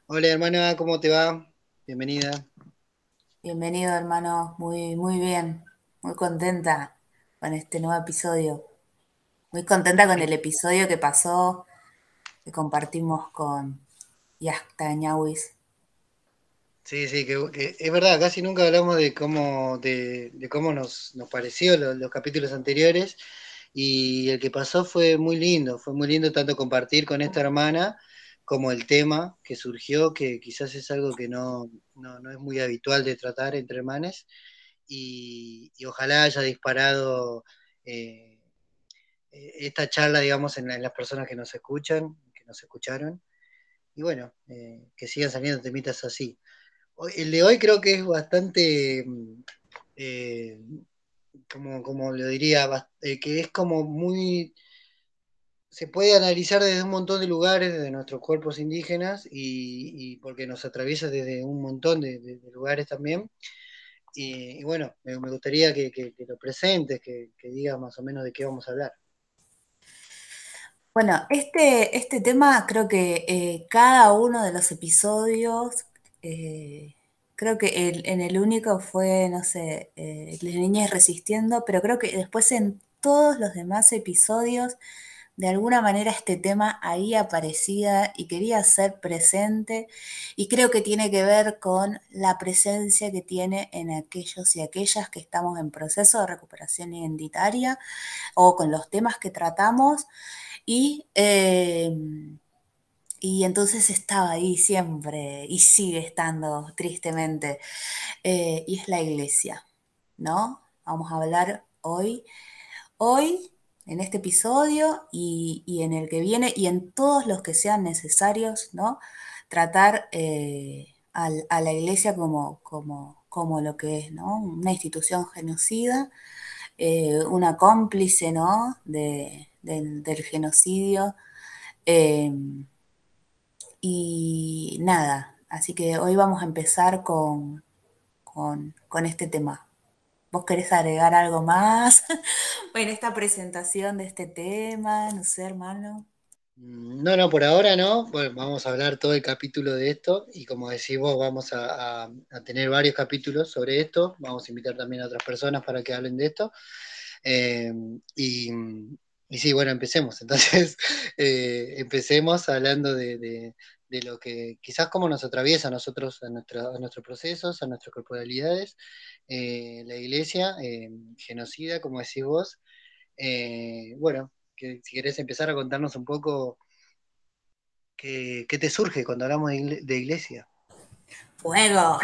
Hola hermana, ¿cómo te va? Bienvenida. Bienvenido, hermano. Muy, muy bien. Muy contenta con este nuevo episodio. Muy contenta con el episodio que pasó, que compartimos con Yasta Ñawis. Sí, sí, que es verdad, casi nunca hablamos de cómo nos pareció los capítulos anteriores y el que pasó fue muy lindo tanto compartir con esta hermana como el tema que surgió, que quizás es algo que no es muy habitual de tratar entre hermanes y ojalá haya disparado eh, esta charla, digamos, en las personas que nos escuchan, que nos escucharon. Y bueno, que sigan saliendo temitas así. El de hoy creo que es bastante, eh, como lo diría, que es como muy, se puede analizar desde un montón de lugares, desde nuestros cuerpos indígenas, y porque nos atraviesa desde un montón de lugares también. Y bueno, me gustaría que lo presentes, que digas más o menos de qué vamos a hablar. Bueno, este tema creo que cada uno de los episodios, eh, creo que en el único fue, no sé, Las Niñas Resistiendo, pero creo que después en todos los demás episodios de alguna manera este tema ahí aparecía y quería ser presente y creo que tiene que ver con la presencia que tiene en aquellos y aquellas que estamos en proceso de recuperación identitaria o con los temas que tratamos y, y entonces estaba ahí siempre y sigue estando tristemente y es la iglesia, ¿no? Vamos a hablar hoy, en este episodio y en el que viene y en todos los que sean necesarios, ¿no? Tratar a la iglesia como lo que es, ¿no? Una institución genocida, una cómplice, ¿no? Del genocidio. eh, y nada, así que hoy vamos a empezar con este tema. ¿Vos querés agregar algo más en esta presentación de este tema? No sé, hermano. No, no, por ahora no. Bueno, vamos a hablar todo el capítulo de esto y como decís vos, vamos a tener varios capítulos sobre esto. Vamos a invitar también a otras personas para que hablen de esto. Eh, y, y sí, bueno, empecemos. Entonces, empecemos hablando de lo que quizás cómo nos atraviesa a nosotros, a nuestros procesos, a nuestras corporalidades, la iglesia, genocida, como decís vos. Bueno, que si querés empezar a contarnos un poco qué te surge cuando hablamos de iglesia. ¡Fuego!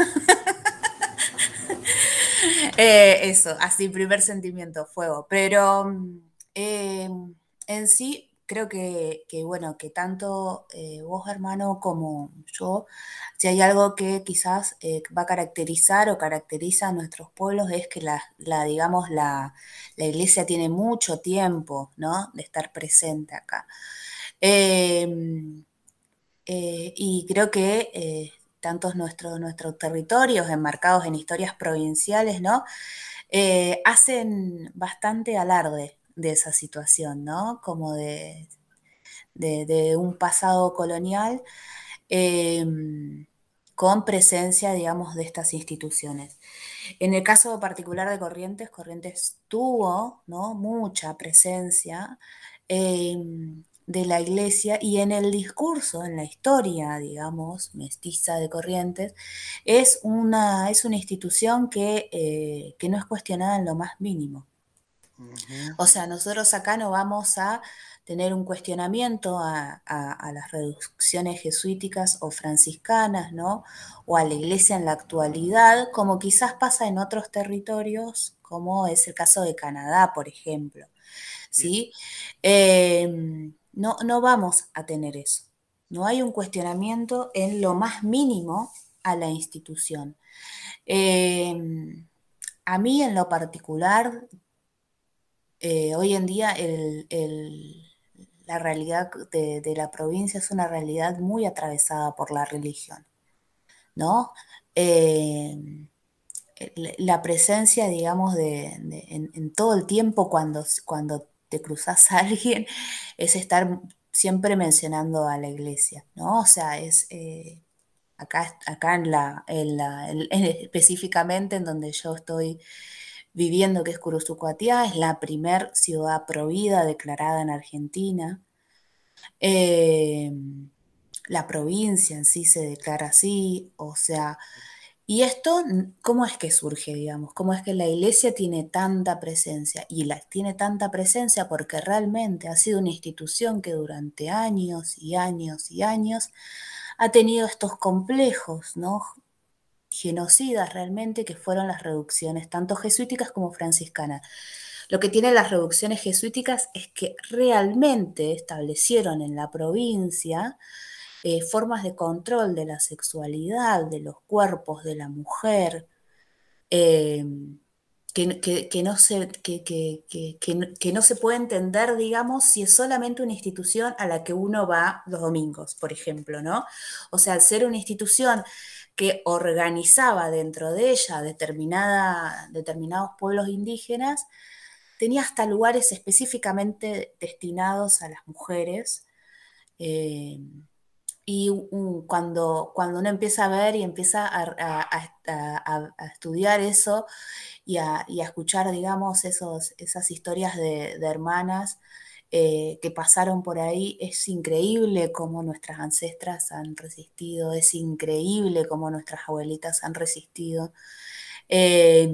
Eso, así, primer sentimiento, fuego. Pero eh, en sí, creo bueno, que tanto vos, hermano, como yo, si hay algo que quizás va a caracterizar o caracteriza a nuestros pueblos es que digamos, la iglesia tiene mucho tiempo, ¿no? De estar presente acá. Eh, y creo que tantos nuestros territorios enmarcados en historias provinciales, ¿no? Hacen bastante alarde de esa situación, ¿no? Como de un pasado colonial eh, con presencia, digamos, de estas instituciones. En el caso particular de Corrientes, Corrientes tuvo, ¿no? Mucha presencia eh, de la iglesia y en el discurso, en la historia, digamos, mestiza de Corrientes, es una institución que no es cuestionada en lo más mínimo. Ujú. O sea, nosotros acá no vamos a tener un cuestionamiento a las reducciones jesuíticas o franciscanas, ¿no? O a la iglesia en la actualidad, como quizás pasa en otros territorios, como es el caso de Canadá, por ejemplo, Bien. ¿sí? No vamos a tener eso. No hay un cuestionamiento en lo más mínimo a la institución. Eh, a mí en lo particular hoy en día la realidad de la provincia es una realidad muy atravesada por la religión, ¿no? Eh, la presencia, digamos, en todo el tiempo cuando te cruzas a alguien es estar siempre mencionando a la iglesia, ¿no? O sea, acá específicamente en donde yo estoy viviendo, que es Curuzucuatiá, es la primer ciudad provida declarada en Argentina. Eh, la provincia en sí se declara así, o sea, y esto, ¿cómo es que surge, digamos? ¿Cómo es que la iglesia tiene tanta presencia? Y tiene tanta presencia porque realmente ha sido una institución que durante años y años y años ha tenido estos complejos, ¿no? Genocidas realmente, que fueron las reducciones, tanto jesuíticas como franciscanas. Lo que tienen las reducciones jesuíticas es que realmente establecieron en la provincia formas de control de la sexualidad, de los cuerpos de la mujer, eh, que no se puede entender, digamos, si es solamente una institución a la que uno va los domingos, por ejemplo, ¿no? O sea, al ser una institución que organizaba dentro de ella determinados pueblos indígenas, tenía hasta lugares específicamente destinados a las mujeres. eh, y cuando uno empieza a ver y empieza a estudiar eso y a escuchar, digamos, esas historias de hermanas que pasaron por ahí, es increíble cómo nuestras ancestras han resistido, es increíble cómo nuestras abuelitas han resistido. Eh,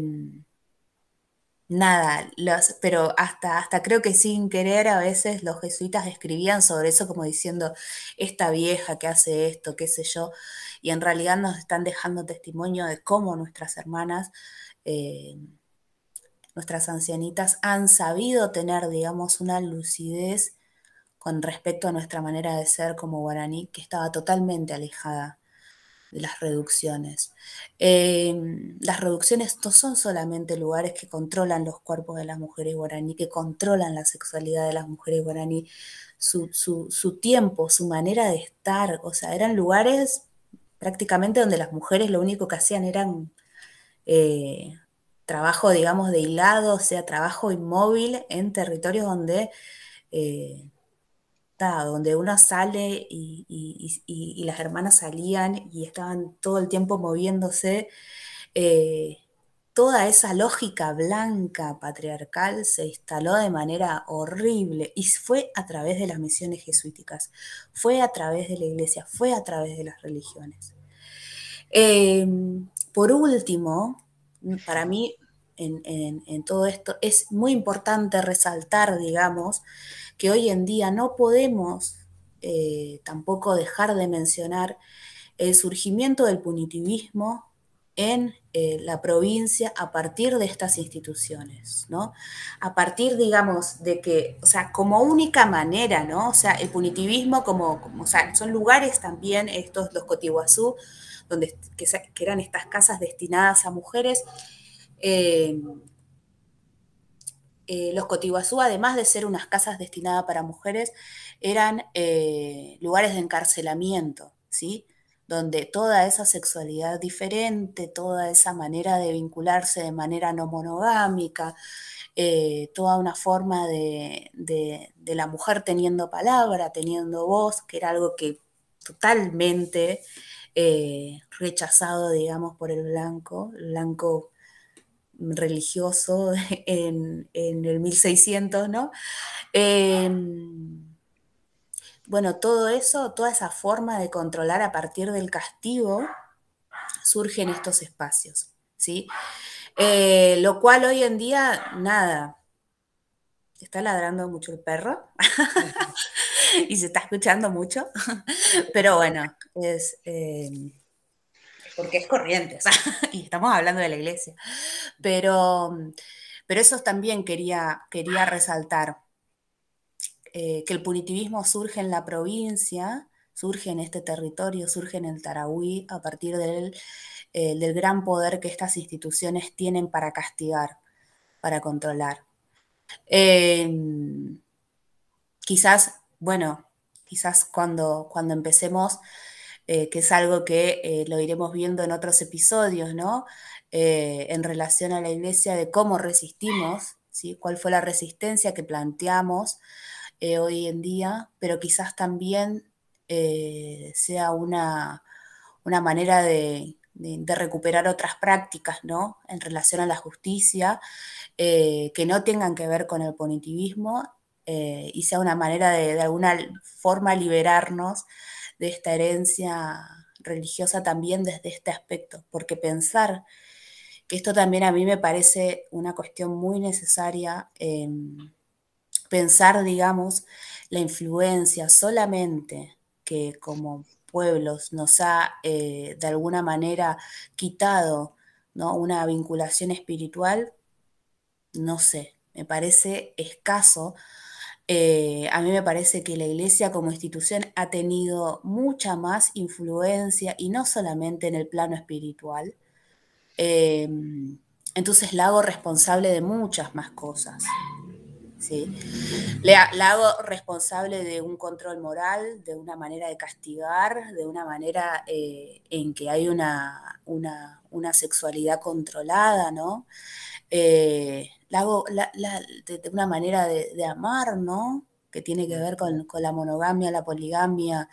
Nada, pero hasta creo que sin querer a veces los jesuitas escribían sobre eso como diciendo, esta vieja que hace esto, qué sé yo, y en realidad nos están dejando testimonio de cómo nuestras hermanas, eh, nuestras ancianitas han sabido tener, digamos, una lucidez con respecto a nuestra manera de ser como guaraní, que estaba totalmente alejada de las reducciones. Las reducciones no son solamente lugares que controlan los cuerpos de las mujeres guaraní, que controlan la sexualidad de las mujeres guaraní, su tiempo, su manera de estar, o sea, eran lugares prácticamente donde las mujeres lo único que hacían eran eh, trabajo, digamos, de hilado, o sea, trabajo inmóvil en territorios donde eh, donde uno sale y las hermanas salían y estaban todo el tiempo moviéndose, eh, toda esa lógica blanca patriarcal se instaló de manera horrible y fue a través de las misiones jesuíticas, fue a través de la iglesia, fue a través de las religiones. Eh, por último, para mí en todo esto es muy importante resaltar, digamos, que hoy en día no podemos tampoco dejar de mencionar el surgimiento del punitivismo en la provincia a partir de estas instituciones, ¿no? A partir, digamos, de que, o sea, como única manera, ¿no? O sea, el punitivismo o sea, son lugares también, estos, los Cotiguazú, que eran estas casas destinadas a mujeres, eh, los Cotiguazú, además de ser unas casas destinadas para mujeres, eran lugares de encarcelamiento, ¿sí? Donde toda esa sexualidad diferente, toda esa manera de vincularse de manera no monogámica, toda una forma de la mujer teniendo palabra, teniendo voz, que era algo que totalmente rechazado, digamos, por el blanco religioso en el 1600, ¿no? Eh, bueno, todo eso, toda esa forma de controlar a partir del castigo surge en estos espacios, ¿sí? Lo cual hoy en día, nada, está ladrando mucho el perro y se está escuchando mucho, pero bueno, porque es corriente, o sea, y estamos hablando de la iglesia. Pero, pero eso también quería resaltar, que el punitivismo surge en la provincia, surge en este territorio, surge en el Tarahui a partir del gran poder que estas instituciones tienen para castigar, para controlar. Eh, quizás, bueno, quizás cuando empecemos, que es algo que lo iremos viendo en otros episodios, ¿no? En relación a la iglesia, de cómo resistimos, ¿sí? Cuál fue la resistencia que planteamos hoy en día, pero quizás también sea una manera de recuperar otras prácticas, ¿no? En relación a la justicia, que no tengan que ver con el punitivismo y sea una manera de alguna forma liberarnos de esta herencia religiosa también desde este aspecto, porque pensar que esto también a mí me parece una cuestión muy necesaria, pensar, digamos, la influencia solamente que como pueblos nos ha de alguna manera quitado, ¿no? Una vinculación espiritual, no sé, me parece escaso. A mí me parece que la Iglesia como institución ha tenido mucha más influencia y no solamente en el plano espiritual. Eh, entonces la hago responsable de muchas más cosas. ¿Sí? La hago responsable de un control moral, de una manera de castigar, de una manera en que hay una sexualidad controlada, ¿no? La hago de una manera de amar, ¿no? Que tiene que ver con la monogamia, la poligamia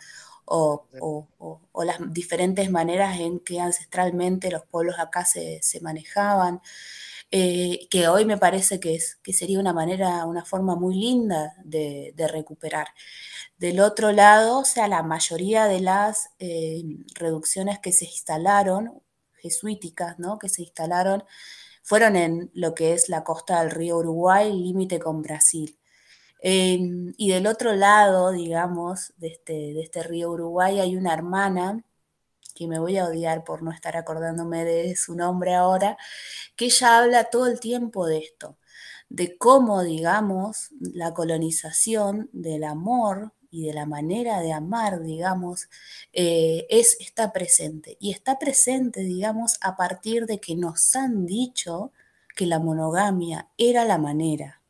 o las diferentes maneras en que ancestralmente los pueblos acá se manejaban, que hoy me parece que sería una manera, una forma muy linda de recuperar. Del otro lado, o sea, la mayoría de las reducciones que se instalaron, jesuíticas, ¿no? Que se instalaron, fueron en lo que es la costa del río Uruguay, límite con Brasil. Y del otro lado, digamos, de este río Uruguay hay una hermana, que me voy a odiar por no estar acordándome de su nombre ahora, que ella habla todo el tiempo de esto, de cómo, digamos, la colonización del amor y de la manera de amar, digamos, está presente. Y está presente, digamos, a partir de que nos han dicho que la monogamia era la manera.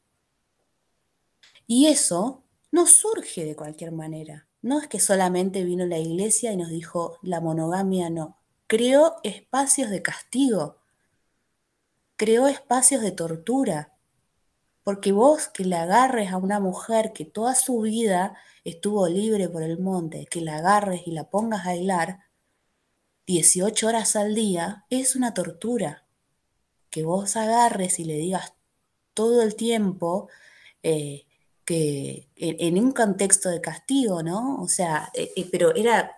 Y eso no surge de cualquier manera. No es que solamente vino la iglesia y nos dijo la monogamia no. Creó espacios de castigo, creó espacios de tortura, porque vos que le agarres a una mujer que toda su vida estuvo libre por el monte, que la agarres y la pongas a bailar 18 horas al día, es una tortura. Que vos agarres y le digas todo el tiempo eh, que en un contexto de castigo, ¿no? O sea, pero era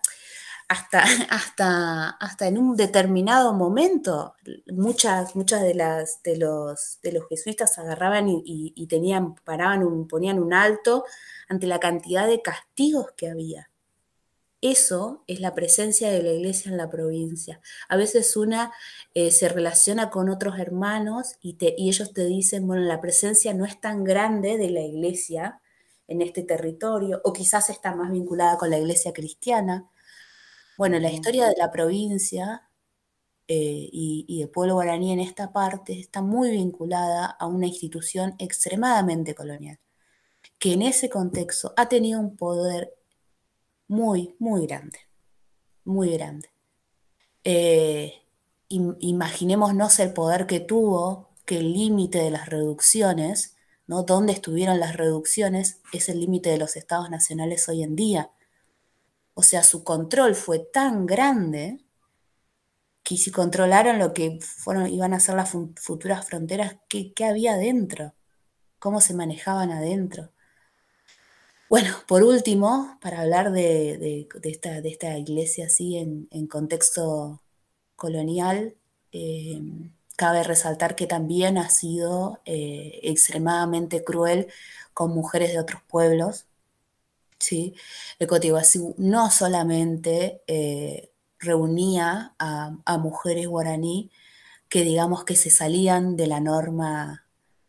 hasta en un determinado momento, muchas de los jesuitas agarraban y tenían, ponían un alto ante la cantidad de castigos que había. Eso es la presencia de la iglesia en la provincia. A veces una se relaciona con otros hermanos y ellos te dicen, bueno, la presencia no es tan grande de la iglesia en este territorio, o quizás está más vinculada con la iglesia cristiana. Bueno, la Ujú. historia de la provincia y del pueblo guaraní en esta parte está muy vinculada a una institución extremadamente colonial, que en ese contexto ha tenido un poder muy, muy grande, muy grande. Eh, Imaginémonos el poder que tuvo, que el límite de las reducciones, ¿no? ¿Dónde estuvieron las reducciones? Es el límite de los estados nacionales hoy en día. O sea, su control fue tan grande que si controlaron lo que iban a ser las futuras fronteras, ¿qué había adentro? ¿Cómo se manejaban adentro? Bueno, por último, para hablar de esta iglesia así en contexto colonial, eh, cabe resaltar que también ha sido extremadamente cruel con mujeres de otros pueblos, ¿sí? El Cotiguazú no solamente reunía a mujeres guaraní que digamos que se salían de la norma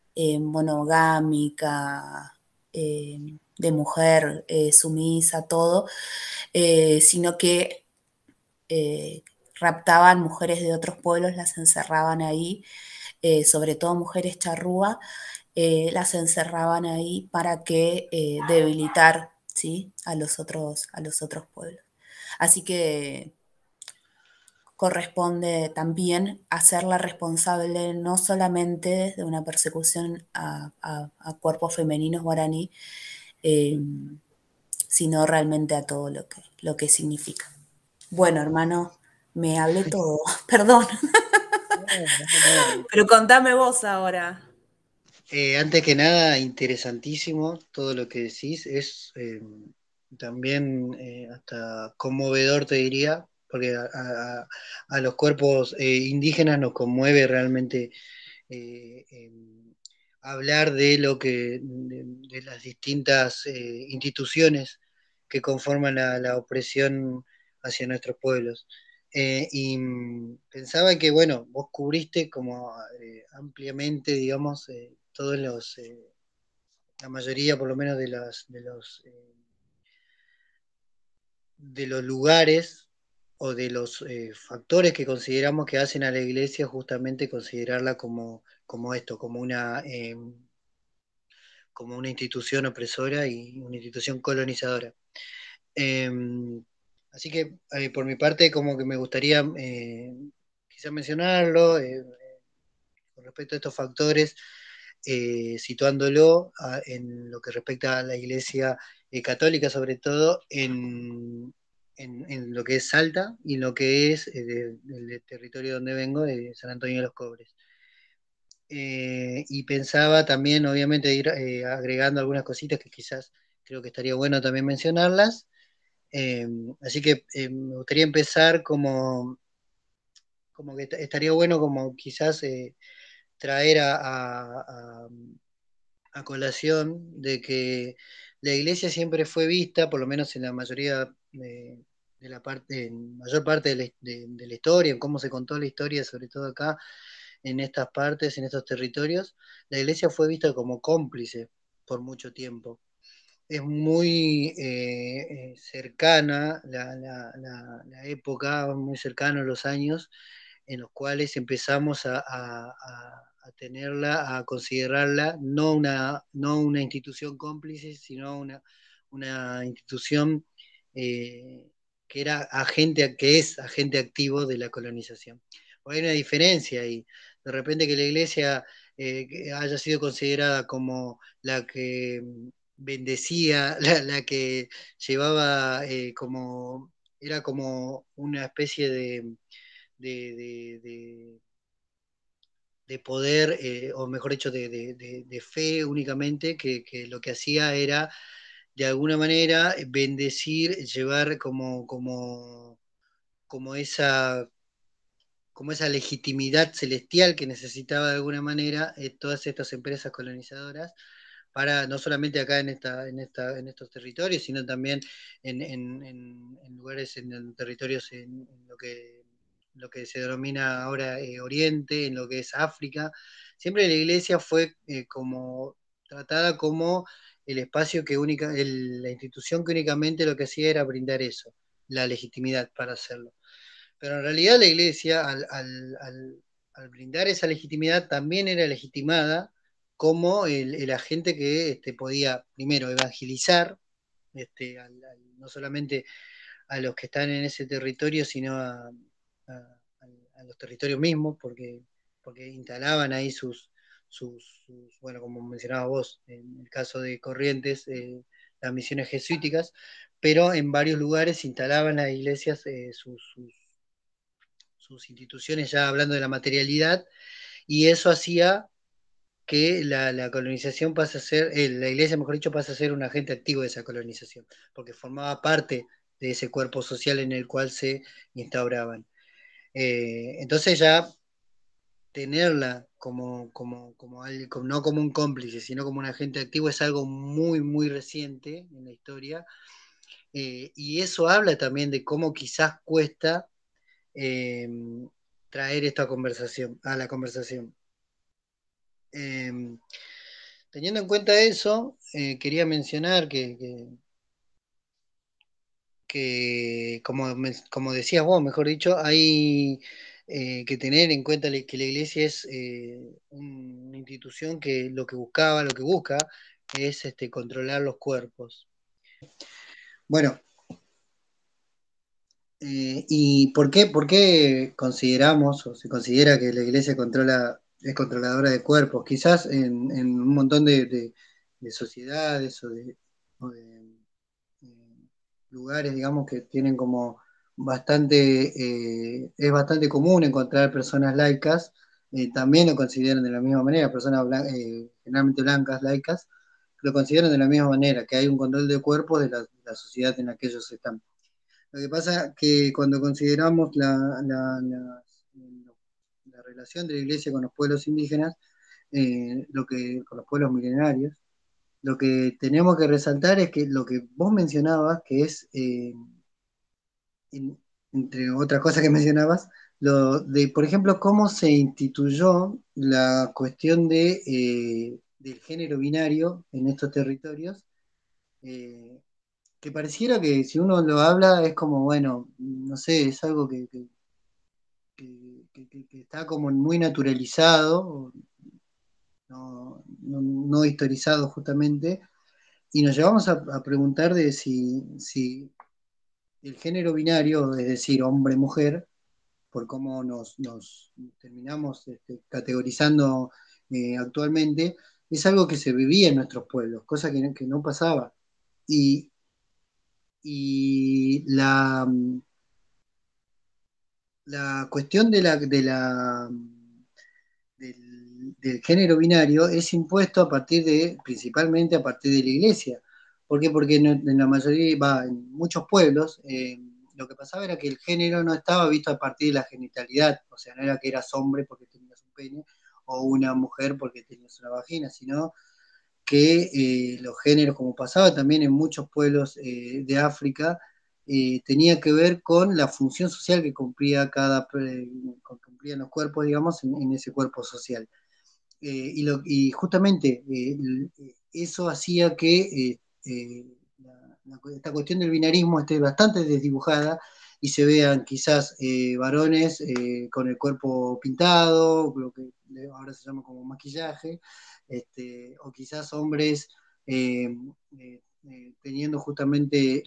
monogámica, de mujer sumisa, todo, sino que raptaban mujeres de otros pueblos, las encerraban ahí, sobre todo mujeres charrúa, las encerraban ahí para que debilitar, ¿sí? a los otros pueblos. Así que corresponde también hacerla responsable no solamente de una persecución a cuerpos femeninos guaraní, eh, sino realmente a todo lo que significa. Bueno, hermano, me hablé todo, perdón, No, no, no. pero contame vos ahora. Antes que nada, interesantísimo todo lo que decís. Es también hasta conmovedor, te diría, porque a los cuerpos indígenas nos conmueve realmente hablar de lo de las distintas instituciones que conforman la opresión hacia nuestros pueblos. Y pensaba que, bueno, vos cubriste como ampliamente, digamos, todos la mayoría por lo menos de los lugares o de los factores que consideramos que hacen a la iglesia justamente considerarla como esto, como una institución opresora y una institución colonizadora. Eh, Así que por mi parte como que me gustaría quizás mencionarlo con respecto a estos factores, situándolo en lo que respecta a la Iglesia católica, sobre todo en lo que es Salta y en lo que es del territorio donde vengo, de San Antonio de los Cobres. Y pensaba también, obviamente, ir agregando algunas cositas que quizás creo que estaría bueno también mencionarlas. Eh, Así que me gustaría empezar como que estaría bueno como quizás traer a colación de que la iglesia siempre fue vista, por lo menos en la mayoría de la parte, en mayor parte de la historia, en cómo se contó la historia, sobre todo acá, en estas partes, en estos territorios, la iglesia fue vista como cómplice por mucho tiempo. Es muy cercana la época, muy cercano los años en los cuales empezamos a tenerla, a considerarla no una institución cómplice, sino una institución eh, que era agente, que es agente activo de la colonización. Hay una diferencia ahí. De repente que la iglesia que haya sido considerada como la que bendecía, la que llevaba era como una especie de, de, de, de poder, o mejor dicho, de fe únicamente, que lo que hacía era, de alguna manera, bendecir, llevar como como esa legitimidad celestial que necesitaba de alguna manera todas estas empresas colonizadoras para no solamente acá en estos territorios, sino también en lugares, en territorios en lo que se denomina ahora Oriente, en lo que es África. Siempre la iglesia fue como tratada como el espacio la institución que únicamente lo que hacía era brindar eso, la legitimidad para hacerlo. Pero en realidad la iglesia, al brindar esa legitimidad, también era legitimada como el agente que podía, primero, evangelizar, no solamente a los que están en ese territorio, sino a los territorios mismos, porque instalaban ahí bueno, como mencionabas vos, en el caso de Corrientes, las misiones jesuíticas, pero en varios lugares instalaban las iglesias sus instituciones, ya hablando de la materialidad, y eso hacía que la colonización pase a ser, la iglesia, mejor dicho, pase a ser un agente activo de esa colonización, porque formaba parte de ese cuerpo social en el cual se instauraban. Entonces ya tenerla no como un cómplice, sino como un agente activo es algo muy, muy reciente en la historia, y eso habla también de cómo quizás cuesta eh, traer esta conversación, a la conversación. Eh, Teniendo en cuenta eso, quería mencionar que como decías vos, mejor dicho, hay que tener en cuenta que la iglesia es una institución que lo que busca es controlar los cuerpos. Bueno, ¿y por qué consideramos o se considera que la iglesia es controladora de cuerpos? Quizás en un montón de sociedades eh, lugares, digamos, que tienen como es bastante común encontrar personas laicas, también lo consideran de la misma manera, personas generalmente blancas, laicas, lo consideran de la misma manera, que hay un control de cuerpos de la sociedad en la que ellos están. Lo que pasa es que cuando consideramos la relación de la iglesia con los pueblos indígenas, con los pueblos milenarios, lo que tenemos que resaltar es que lo que vos mencionabas, que es, en- entre otras cosas que mencionabas, lo de, por ejemplo, cómo se instituyó la cuestión del género binario en estos territorios, eh, que pareciera que si uno lo habla es como, bueno, no sé, es algo que está como muy naturalizado, no historizado justamente, y nos llevamos a preguntar de si el género binario, es decir, hombre-mujer, por cómo nos terminamos categorizando actualmente, es algo que se vivía en nuestros pueblos, cosa que no pasaba. Y, y la cuestión del género binario es impuesto principalmente a partir de la iglesia. ¿Por qué? Porque en la mayoría, en muchos pueblos, lo que pasaba era que el género no estaba visto a partir de la genitalidad, o sea, no era que eras hombre porque tenías un pene o una mujer porque tenías una vagina, sino que los géneros, como pasaba también en muchos pueblos de África, tenía que ver con la función social que cumplían los cuerpos, digamos, en ese cuerpo social. Y justamente eso hacía que esta cuestión del binarismo esté bastante desdibujada y se vean quizás varones con el cuerpo pintado, lo que ahora se llama como maquillaje, o quizás hombres eh, teniendo justamente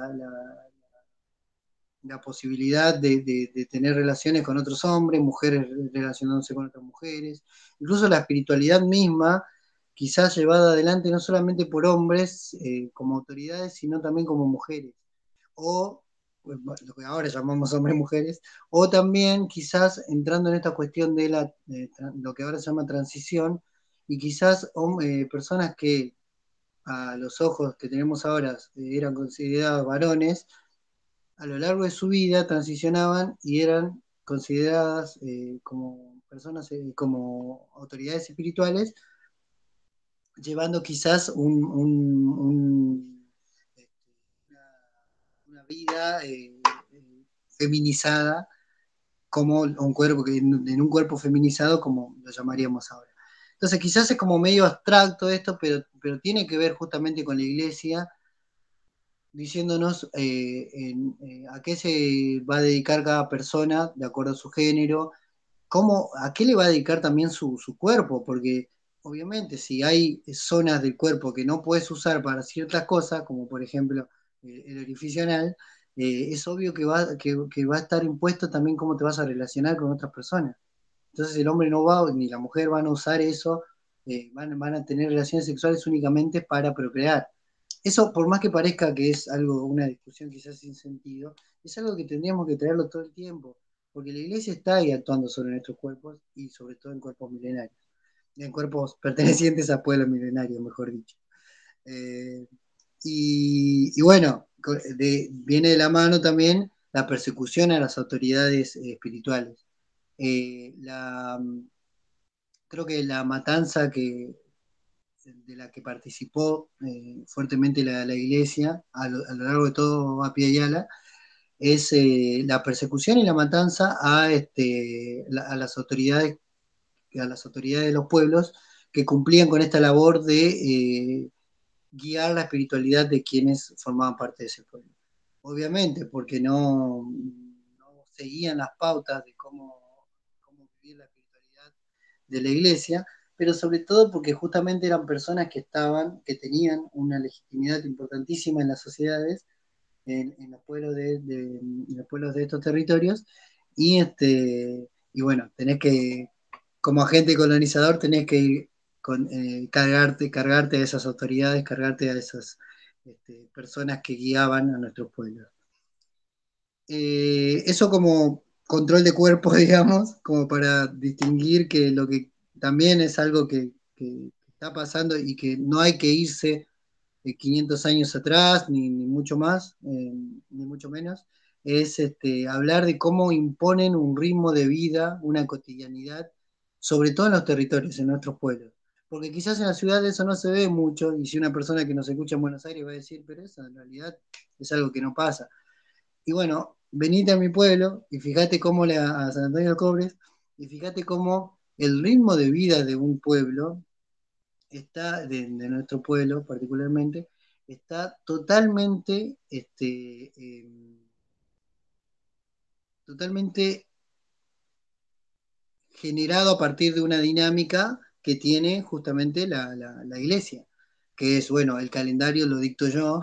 la posibilidad de tener relaciones con otros hombres, mujeres relacionándose con otras mujeres, incluso la espiritualidad misma, quizás llevada adelante no solamente por hombres como autoridades, sino también como mujeres, o lo que ahora llamamos hombres y mujeres, o también quizás entrando en esta cuestión de lo que ahora se llama transición, y quizás personas que a los ojos que tenemos ahora eran considerados varones, a lo largo de su vida transicionaban y eran consideradas como personas, como autoridades espirituales, llevando quizás este, una, una vida feminizada, como un cuerpo, en un cuerpo feminizado, como lo llamaríamos ahora. Entonces quizás es como medio abstracto esto, pero tiene que ver justamente con la iglesia diciéndonos a qué se va a dedicar cada persona de acuerdo a su género, a qué le va a dedicar también su cuerpo, porque obviamente si hay zonas del cuerpo que no puedes usar para ciertas cosas, como por ejemplo el orificio anal, es obvio que va a estar impuesto también cómo te vas a relacionar con otras personas. Entonces el hombre no va, ni la mujer van a usar eso, van a tener relaciones sexuales únicamente para procrear. Eso, por más que parezca que es algo, una discusión quizás sin sentido, es algo que tendríamos que traerlo todo el tiempo, porque la iglesia está ahí actuando sobre nuestros cuerpos y sobre todo en cuerpos milenarios, en cuerpos pertenecientes a pueblos milenarios, mejor dicho. Eh, y bueno, viene de la mano también la persecución a las autoridades espirituales. Creo que la matanza de la que participó fuertemente la iglesia a lo largo de todo Apia y Yala es la persecución y la matanza a las autoridades de los pueblos que cumplían con esta labor de guiar la espiritualidad de quienes formaban parte de ese pueblo. Obviamente, porque no seguían las pautas de cómo vivir la espiritualidad de la iglesia, pero sobre todo porque justamente eran personas que tenían una legitimidad importantísima en las sociedades, en los pueblos en los pueblos de estos territorios, y bueno, como agente colonizador, tenés que cargarte a esas autoridades, cargarte a personas que guiaban a nuestros pueblos. Eso como control de cuerpo, digamos, como para distinguir que lo que también es algo que está pasando y que no hay que irse 500 años atrás, ni mucho más, ni mucho menos, es hablar de cómo imponen un ritmo de vida, una cotidianidad, sobre todo en los territorios, en nuestros pueblos. Porque quizás en la ciudad eso no se ve mucho, y si una persona que nos escucha en Buenos Aires va a decir, pero eso en realidad es algo que no pasa. Y bueno, venite a mi pueblo y fíjate cómo a San Antonio de Cobres, y fíjate cómo el ritmo de vida de un pueblo está, de nuestro pueblo particularmente, está totalmente, totalmente generado a partir de una dinámica que tiene justamente la iglesia, que es, bueno, el calendario lo dicto yo,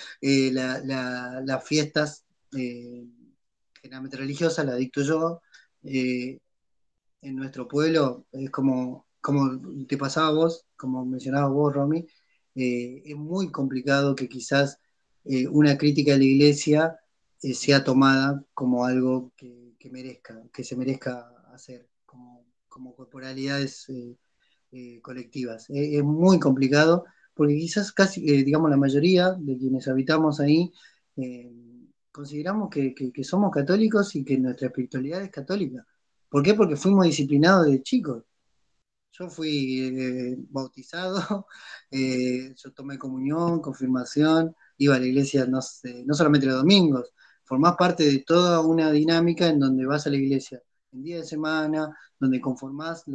las fiestas eh, generalmente religiosas las dicto yo, eh, en nuestro pueblo es como te pasaba a vos, como mencionabas vos, Romy, es muy complicado que quizás una crítica de la iglesia sea tomada como algo que se merezca hacer, como corporalidades colectivas. Es muy complicado porque quizás casi, digamos, la mayoría de quienes habitamos ahí eh, consideramos que somos católicos y que nuestra espiritualidad es católica. ¿Por qué? Porque fuimos disciplinados de chicos. Yo fui bautizado, yo tomé comunión, confirmación, iba a la iglesia no, sé, no solamente los domingos, formás parte de toda una dinámica en donde vas a la iglesia en día de semana, donde conformás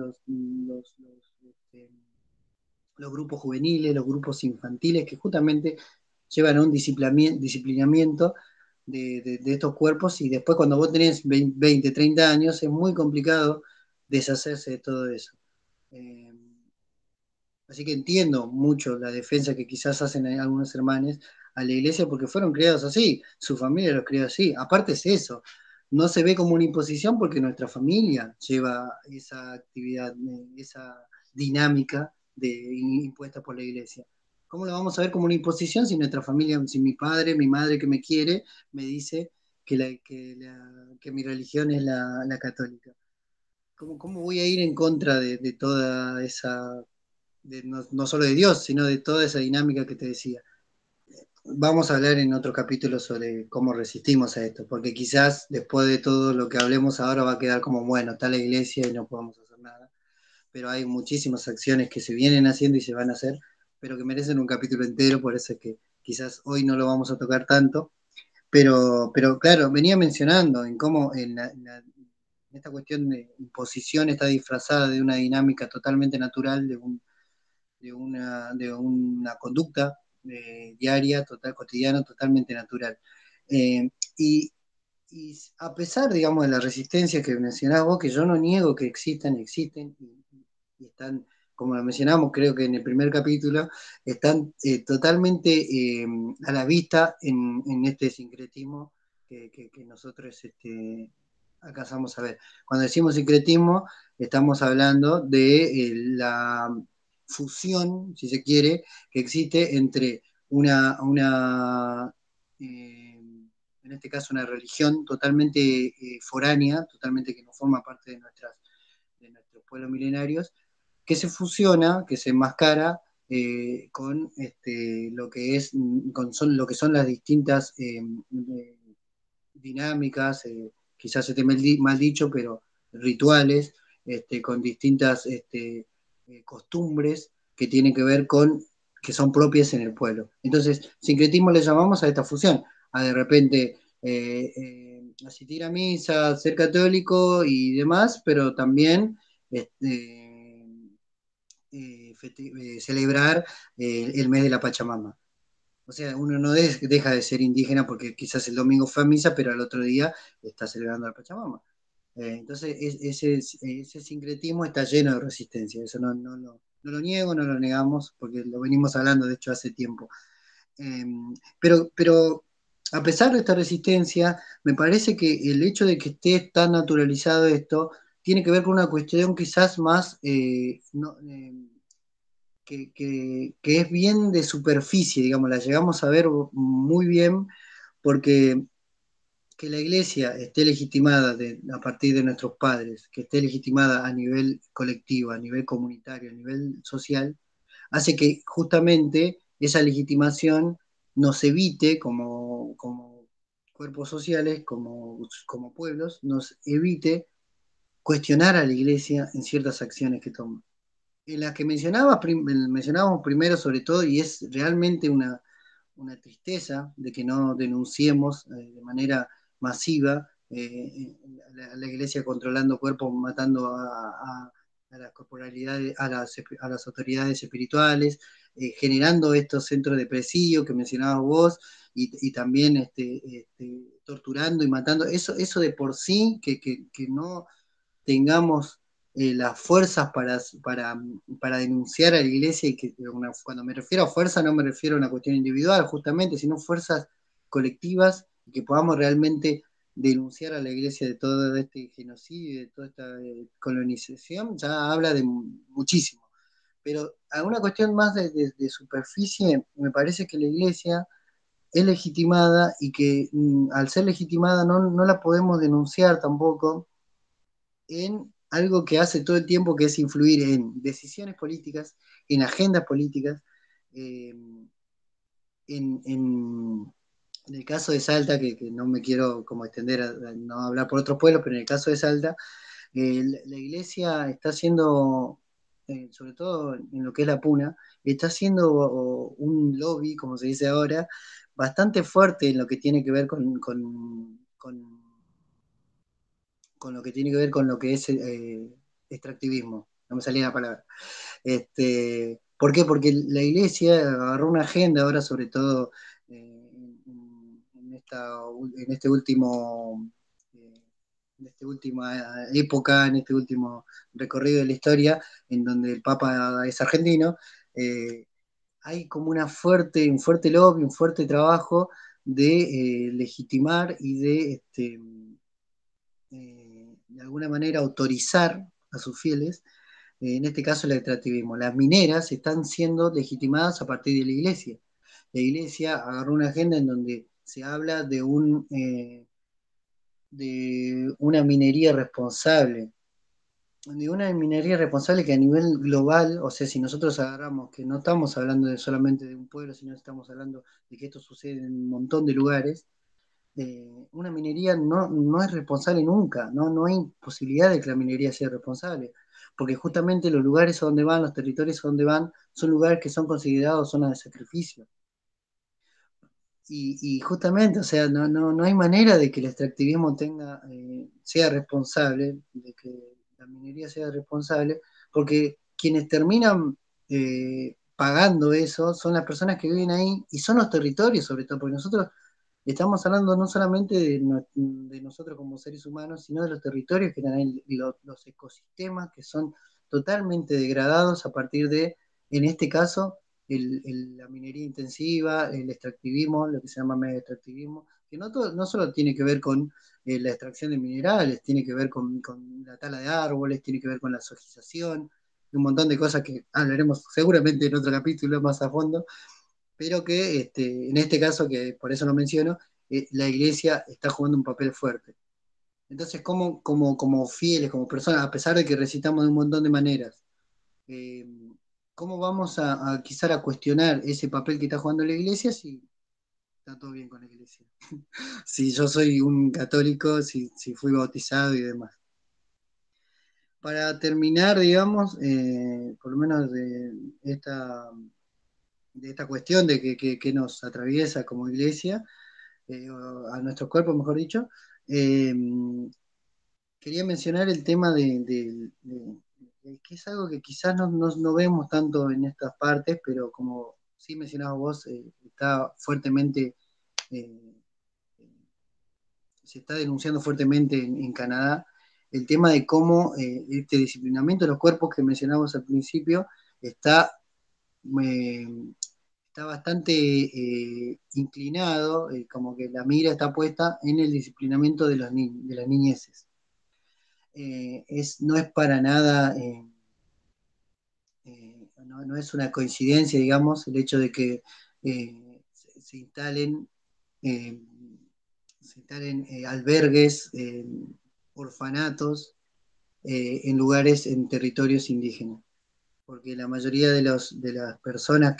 los grupos juveniles, los grupos infantiles, que justamente llevan a un disciplinamiento de estos cuerpos, y después cuando vos tenés 20, 30 años es muy complicado deshacerse de todo eso. Eh, Así que entiendo mucho la defensa que quizás hacen algunos hermanos a la iglesia porque fueron criados así, su familia los crió así. Aparte es eso, no se ve como una imposición porque nuestra familia lleva esa actividad, esa dinámica impuesta por la iglesia. ¿Cómo lo vamos a ver como una imposición si nuestra familia, si mi padre, mi madre que me quiere, me dice que mi religión es la católica? ¿Cómo voy a ir en contra de toda esa no solo de Dios, sino de toda esa dinámica que te decía? Vamos a hablar en otro capítulo sobre cómo resistimos a esto, porque quizás después de todo lo que hablemos ahora va a quedar como, bueno, está la iglesia y no podemos hacer nada, pero hay muchísimas acciones que se vienen haciendo y se van a hacer, pero que merecen un capítulo entero, por eso es que quizás hoy no lo vamos a tocar tanto, pero claro, venía mencionando en cómo esta cuestión de imposición está disfrazada de una dinámica totalmente natural, de una conducta diaria, cotidiana, totalmente natural. Y, y a pesar, digamos, de la resistencia que mencionás vos, que yo no niego que existen y están, como lo mencionamos, creo que en el primer capítulo, están totalmente a la vista en este sincretismo que nosotros alcanzamos a ver. Cuando decimos sincretismo, estamos hablando de la fusión, si se quiere, que existe entre en este caso, una religión totalmente foránea, totalmente que no forma parte de nuestros pueblos milenarios, que se fusiona, que se enmascara con lo que es, lo que son las distintas dinámicas, quizás esté mal dicho, pero rituales, con distintas costumbres que tienen que ver con, que son propias en el pueblo. Entonces, sincretismo le llamamos a esta fusión, a de repente asistir a misa, ser católico y demás, pero también celebrar el mes de la Pachamama. O sea, uno no deja de ser indígena porque quizás el domingo fue a misa, pero al otro día está celebrando la Pachamama. Entonces, ese sincretismo está lleno de resistencia. Eso no lo niego, no lo negamos, porque lo venimos hablando, de hecho, hace tiempo. Eh, pero a pesar de esta resistencia, me parece que el hecho de que esté tan naturalizado esto tiene que ver con una cuestión quizás más que es bien de superficie, digamos, la llegamos a ver muy bien porque que la iglesia esté legitimada a partir de nuestros padres, que esté legitimada a nivel colectivo, a nivel comunitario, a nivel social, hace que justamente esa legitimación nos evite como cuerpos sociales, como pueblos, nos evite cuestionar a la iglesia en ciertas acciones que toma. En las que mencionábamos primero sobre todo, y es realmente una tristeza de que no denunciemos de manera masiva a la iglesia controlando cuerpos, matando a las corporalidades, a las autoridades espirituales, generando estos centros de presidio que mencionabas vos, y también torturando y matando. Eso de por sí, que no tengamos las fuerzas para denunciar a la iglesia, y que cuando me refiero a fuerza no me refiero a una cuestión individual justamente, sino fuerzas colectivas, y que podamos realmente denunciar a la iglesia de todo este genocidio, de toda esta colonización, ya habla de muchísimo. Pero alguna cuestión más de superficie, me parece que la iglesia es legitimada, y que al ser legitimada no la podemos denunciar tampoco en algo que hace todo el tiempo, que es influir en decisiones políticas, en agendas políticas, eh, en el caso de Salta, que no me quiero como extender a no hablar por otros pueblos, pero en el caso de Salta, la iglesia está haciendo, sobre todo en lo que es la Puna, está haciendo un lobby, como se dice ahora, bastante fuerte en lo que tiene que ver con lo que tiene que ver con lo que es extractivismo. No me salía la palabra. ¿Por qué? Porque la iglesia agarró una agenda ahora, sobre todo en este último, en esta última época, en este último recorrido de la historia, en donde el Papa es argentino. Hay como un fuerte lobby, un fuerte trabajo de legitimar y de alguna manera autorizar a sus fieles, en este caso el extractivismo. Las mineras están siendo legitimadas a partir de la iglesia. La iglesia agarró una agenda en donde se habla de una minería responsable, de una minería responsable que a nivel global, o sea, si nosotros agarramos que no estamos hablando solamente de un pueblo, sino estamos hablando de que esto sucede en un montón de lugares, una minería no es responsable nunca, no hay posibilidad de que la minería sea responsable, porque justamente los lugares a donde van, los territorios a donde van, son lugares que son considerados zonas de sacrificio. Y justamente, o sea, no hay manera de que el extractivismo sea responsable, de que la minería sea responsable, porque quienes terminan pagando eso son las personas que viven ahí, y son los territorios sobre todo, porque nosotros estamos hablando no solamente de nosotros como seres humanos, sino de los territorios que están ahí, los ecosistemas que son totalmente degradados a partir de, en este caso, la minería intensiva, el extractivismo, lo que se llama mega extractivismo, que no solo tiene que ver con la extracción de minerales, tiene que ver con la tala de árboles, tiene que ver con la sojización, un montón de cosas que hablaremos seguramente en otro capítulo más a fondo, pero que en este caso, que por eso lo menciono, la iglesia está jugando un papel fuerte. Entonces, como fieles, como personas, a pesar de que recitamos de un montón de maneras, eh, ¿cómo vamos a quizás a cuestionar ese papel que está jugando la iglesia si está todo bien con la iglesia? Si yo soy un católico, si fui bautizado y demás. Para terminar, digamos, por lo menos de esta cuestión de que nos atraviesa como iglesia, a nuestro cuerpo, mejor dicho, eh, quería mencionar el tema que es algo que quizás no vemos tanto en estas partes, pero como sí mencionabas vos, está fuertemente, eh, se está denunciando fuertemente en Canadá, el tema de cómo este disciplinamiento de los cuerpos que mencionamos al principio está eh, está bastante inclinado, como que la mira está puesta en el disciplinamiento de las niñeces. No es para nada, no es una coincidencia, digamos, el hecho de que se instalen, eh, albergues, orfanatos, en lugares, en territorios indígenas, porque la mayoría de las personas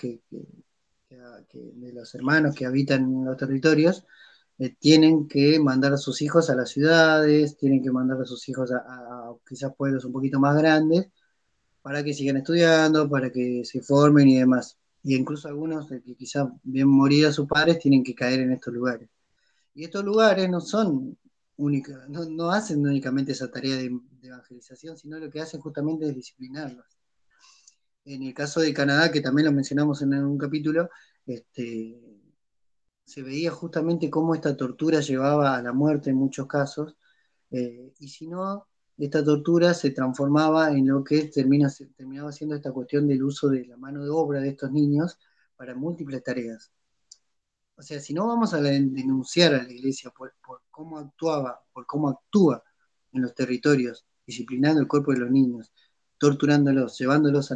de los hermanos que habitan en los territorios, tienen que mandar a sus hijos a las ciudades, tienen que mandar a sus hijos a quizás pueblos un poquito más grandes, para que sigan estudiando, para que se formen y demás. Y incluso algunos que quizás bien moridos sus padres tienen que caer en estos lugares. Y estos lugares no son únicos, no hacen únicamente esa tarea de evangelización, sino lo que hacen justamente es disciplinarlos. En el caso de Canadá, que también lo mencionamos en un capítulo, este, se veía justamente cómo esta tortura llevaba a la muerte en muchos casos, y si no, esta tortura se transformaba en lo que terminaba siendo esta cuestión del uso de la mano de obra de estos niños para múltiples tareas. O sea, si no vamos a denunciar a la iglesia por cómo actuaba, por cómo actúa en los territorios, disciplinando el cuerpo de los niños, torturándolos, llevándolos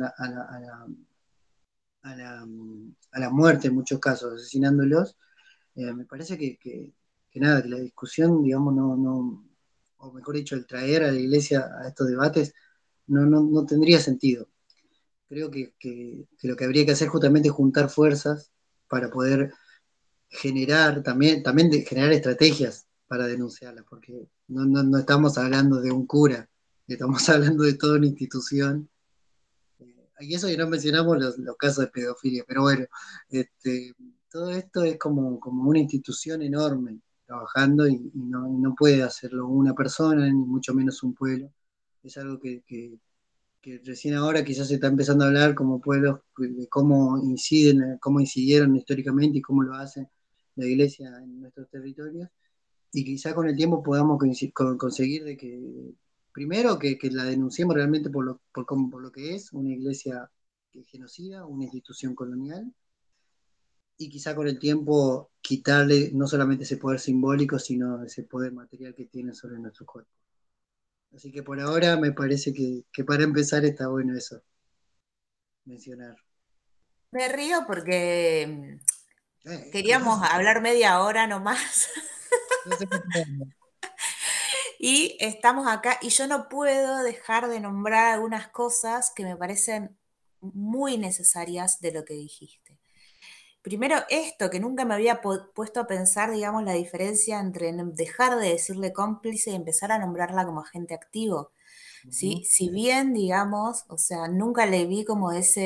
a la muerte en muchos casos, asesinándolos, me parece que nada, que la discusión, digamos, o mejor dicho, el traer a la iglesia a estos debates no tendría sentido. Creo que lo que habría que hacer justamente es juntar fuerzas para poder generar, también de generar estrategias para denunciarlas, porque no estamos hablando de un cura, estamos hablando de toda una institución. Y eso, y no mencionamos los casos de pedofilia, pero bueno, este, todo esto es como una institución enorme trabajando, y no puede hacerlo una persona, ni mucho menos un pueblo. Es algo que recién ahora quizás se está empezando a hablar como pueblos, de cómo inciden, cómo incidieron históricamente y cómo lo hacen la iglesia en nuestros territorios, y quizá con el tiempo podamos conseguir de que, primero, que la denunciemos realmente por lo que es una iglesia genocida, una institución colonial, y quizá con el tiempo quitarle no solamente ese poder simbólico, sino ese poder material que tiene sobre nuestro cuerpo. Así que por ahora me parece que para empezar está bueno eso, mencionar. Me río porque No queríamos hablar media hora nomás sé qué pasa. y estamos acá y yo no puedo dejar de nombrar algunas cosas que me parecen muy necesarias de lo que dijiste. Primero, esto, que nunca me había puesto a pensar, digamos, la diferencia entre dejar de decirle cómplice y empezar a nombrarla como agente activo. ¿Sí? Ujú. Si bien, digamos, o sea, nunca le vi como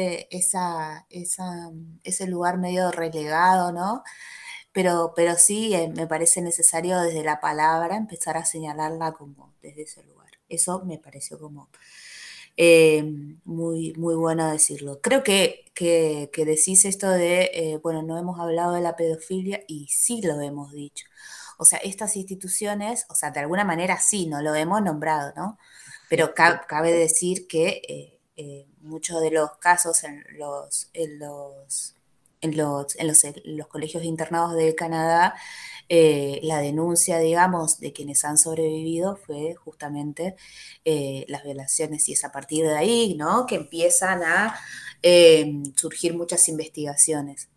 ese lugar medio relegado, ¿no? Pero sí, me parece necesario desde la palabra empezar a señalarla como desde ese lugar. Eso me pareció como eh, muy, muy bueno decirlo. Creo que decís esto de, bueno, no hemos hablado de la pedofilia y sí lo hemos dicho. O sea, estas instituciones, o sea, de alguna manera sí, no lo hemos nombrado, ¿no? Sí, Pero cabe decir que muchos de los casos en los colegios internados de Canadá, la denuncia, digamos, de quienes han sobrevivido fue justamente las violaciones, y es a partir de ahí, ¿no? Que empiezan a surgir muchas investigaciones.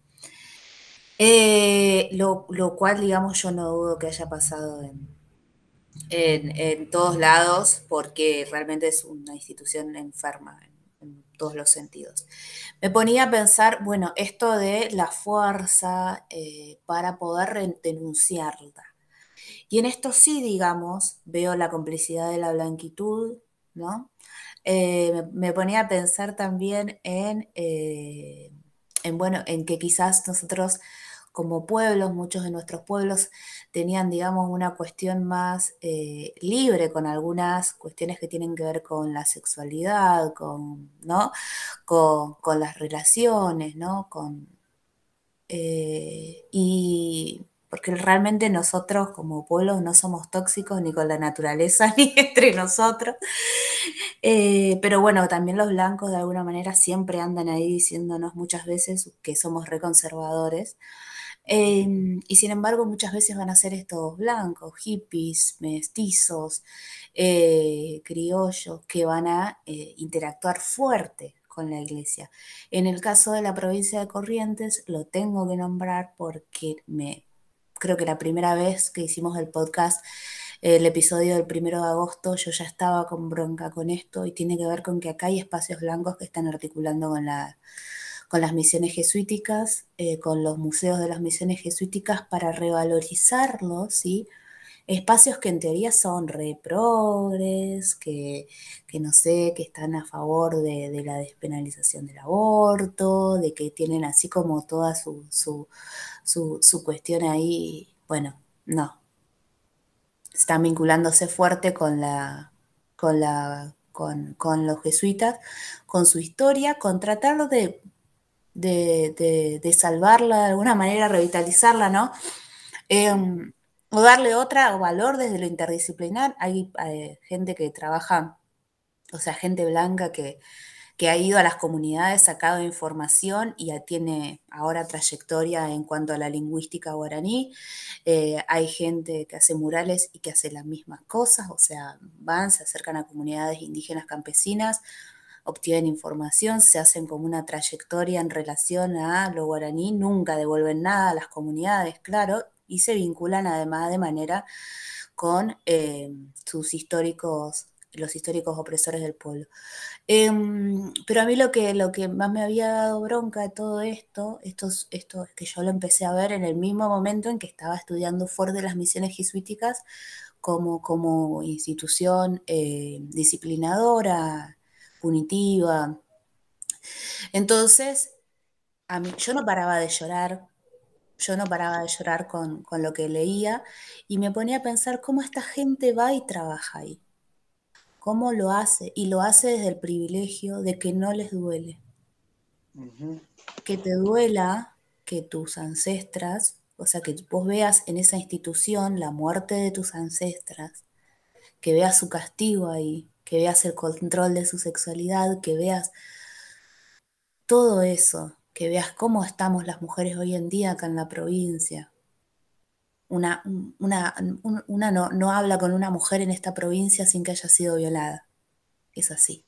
Lo cual, digamos, yo no dudo que haya pasado en todos lados, porque realmente es una institución enferma en todos los sentidos. Me ponía a pensar, bueno, esto de la fuerza para poder denunciarla. Y en esto sí, digamos, veo la complicidad de la blanquitud, ¿no? Me ponía a pensar también bueno, en que quizás nosotros como pueblos, muchos de nuestros pueblos tenían, digamos, una cuestión más libre con algunas cuestiones que tienen que ver con la sexualidad, ¿no? Con las relaciones, ¿no? Y porque realmente nosotros como pueblos no somos tóxicos ni con la naturaleza ni entre nosotros. Pero bueno, también los blancos de alguna manera siempre andan ahí diciéndonos muchas veces que somos reconservadores. Y sin embargo, muchas veces van a ser estos blancos, hippies, mestizos, criollos, que van a interactuar fuerte con la iglesia. En el caso de la provincia de Corrientes, lo tengo que nombrar porque creo que la primera vez que hicimos el podcast, el episodio del 1 de agosto, yo ya estaba con bronca con esto y tiene que ver con que acá hay espacios blancos que están articulando con las misiones jesuíticas, con los museos de las misiones jesuíticas para revalorizarlos, ¿sí? Espacios que en teoría son re progres, que no sé, que están a favor de la despenalización del aborto, de que tienen así como toda su cuestión ahí. Bueno, no, están vinculándose fuerte con los jesuitas, con su historia, con tratar de salvarla de alguna manera, revitalizarla, ¿no? Eh, o darle otra valor desde lo interdisciplinar. Hay gente que trabaja, o sea, gente blanca que ha ido a las comunidades, sacado información y ya tiene ahora trayectoria en cuanto a la lingüística guaraní. Hay gente que hace murales y que hace las mismas cosas, o sea, van, se acercan a comunidades indígenas campesinas, obtienen información, se hacen como una trayectoria en relación a lo guaraní, nunca devuelven nada a las comunidades, claro, y se vinculan además de manera con sus históricos, los históricos opresores del pueblo. Pero a mí lo que más me había dado bronca de todo esto es que yo lo empecé a ver en el mismo momento en que estaba estudiando fuerte las misiones jesuíticas como institución disciplinadora, punitiva. Entonces, yo no paraba de llorar, yo no paraba de llorar con lo que leía y me ponía a pensar cómo esta gente va y trabaja ahí, cómo lo hace, y lo hace desde el privilegio de que no les duele. Ujú. Que te duela que tus ancestras, o sea, que vos veas en esa institución la muerte de tus ancestras, que veas su castigo ahí, que veas el control de su sexualidad, que veas todo eso, que veas cómo estamos las mujeres hoy en día acá en la provincia. Una, una no habla con una mujer en esta provincia sin que haya sido violada. Es así.